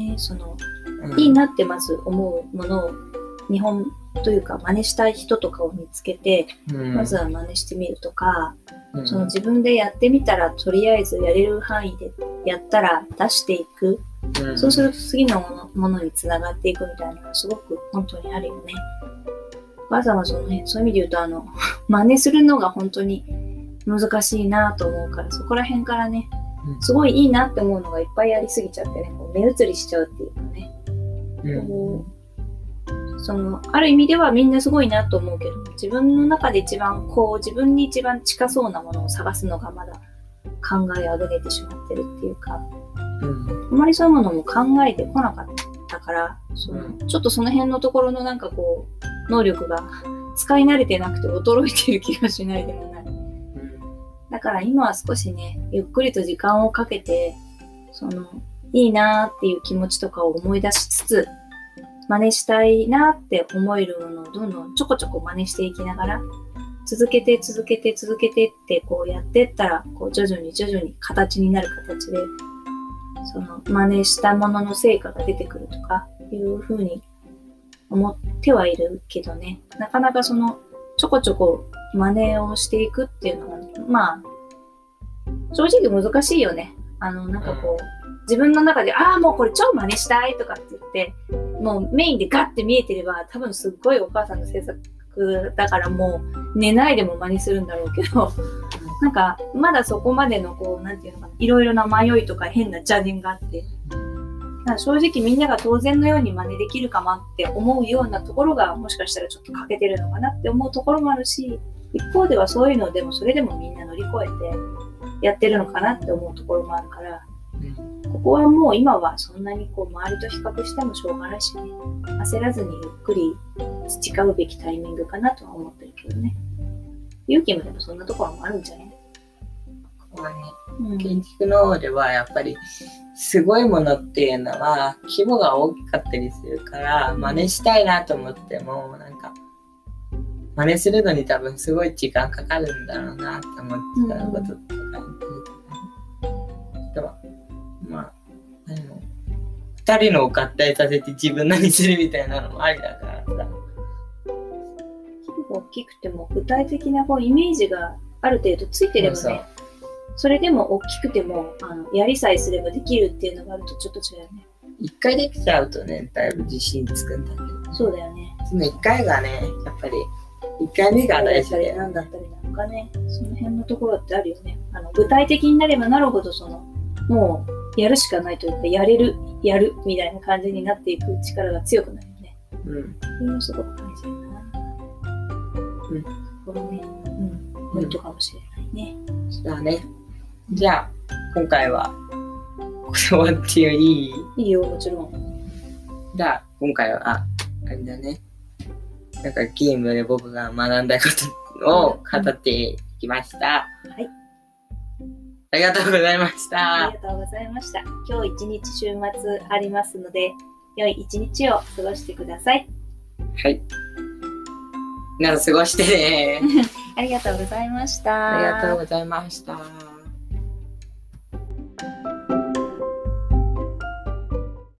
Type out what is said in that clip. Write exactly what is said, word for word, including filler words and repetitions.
ね、その、 うん、 いいなってまず思うものを日本というか真似したい人とかを見つけて、うん、まずは真似してみるとか、うん、その自分でやってみたらとりあえずやれる範囲でやったら出していく、うん、そうすると次のも の, ものにつながっていくみたいなのがすごく本当にあるよね。お母さんはその辺、そういう意味で言うとあの真似するのが本当に難しいなと思うから、そこら辺からね、すごいいいなって思うのがいっぱいありすぎちゃってね、こう目移りしちゃうっていうかね、うん、こうそのある意味ではみんなすごいなと思うけど、自分の中で一番こう自分に一番近そうなものを探すのがまだ考えあぐねてしまってるっていうか、うん、あまりそういうものも考えてこなかったから、そのちょっとその辺のところのなんかこう能力が使い慣れてなくて驚いてる気がしないでもない。だから今は少しね、ゆっくりと時間をかけて、そのいいなーっていう気持ちとかを思い出しつつ、真似したいなって思えるものをどんどんちょこちょこ真似していきながら、続けて続けて続けてってこうやってったら、こう徐々に徐々に形になる形で、その真似したものの成果が出てくるとかいうふうに思ってはいるけどね、なかなかそのちょこちょこ真似をしていくっていうのが、ね、まあ正直難しいよね。あのなんかこう自分の中でああもうこれ超真似したいとかって言ってもうメインでガッて見えてれば多分すっごいお母さんの制作だからもう寝ないでも真似するんだろうけどなんかまだそこまでのこうなんていうのかないろいろな迷いとか変な邪念があって、だから正直みんなが当然のように真似できるかもって思うようなところがもしかしたらちょっと欠けてるのかなって思うところもあるし、一方ではそういうのでもそれでもみんな乗り越えてやってるのかなって思うところもあるから、うん、ここはもう今はそんなにこう周りと比較してもしょうがないしね、焦らずにゆっくり培うべきタイミングかなとは思ってるけどね。勇気もでもそんなところもあるんじゃない？ ここはね、うん、建築の方ではやっぱりすごいものっていうのは規模が大きかったりするから、真似したいなと思ってもなんか真似するのに多分すごい時間かかるんだろうなと思ってたこととか、うん、あとはまああの二人のを合体させて自分なりにするみたいなのもありだからさ。 規模が大きくても具体的なこうイメージがある程度ついてればね、そうそう、それでも大きくてもあのやりさえすればできるっていうのがあるとちょっと違うよね。 一回できちゃうとね、だいぶ自信つくんだけど、ね、 そうだよね。 その一回がね、やっぱり一回目が大事で、 何だったりなんかね、その辺のところってあるよね。あの具体的になればなるほどそのもうやるしかないというか、やれるやるみたいな感じになっていく力が強くなるよね。うん。それもすごく感じるな。うん。これね、うん、ポイントかもしれないね。 そうだね。じゃあ今回はこれ終わっていい？ いいよ、もちろん。 じゃあ今回はあ、あれだね。なんかゲームで僕が学んだことを語っていきました。はい。ありがとうございました。 ありがとうございました。今日一日週末ありますので、良い一日を過ごしてください。 はい。皆さん過ごしてね。 ありがとうございました。 ありがとうございました。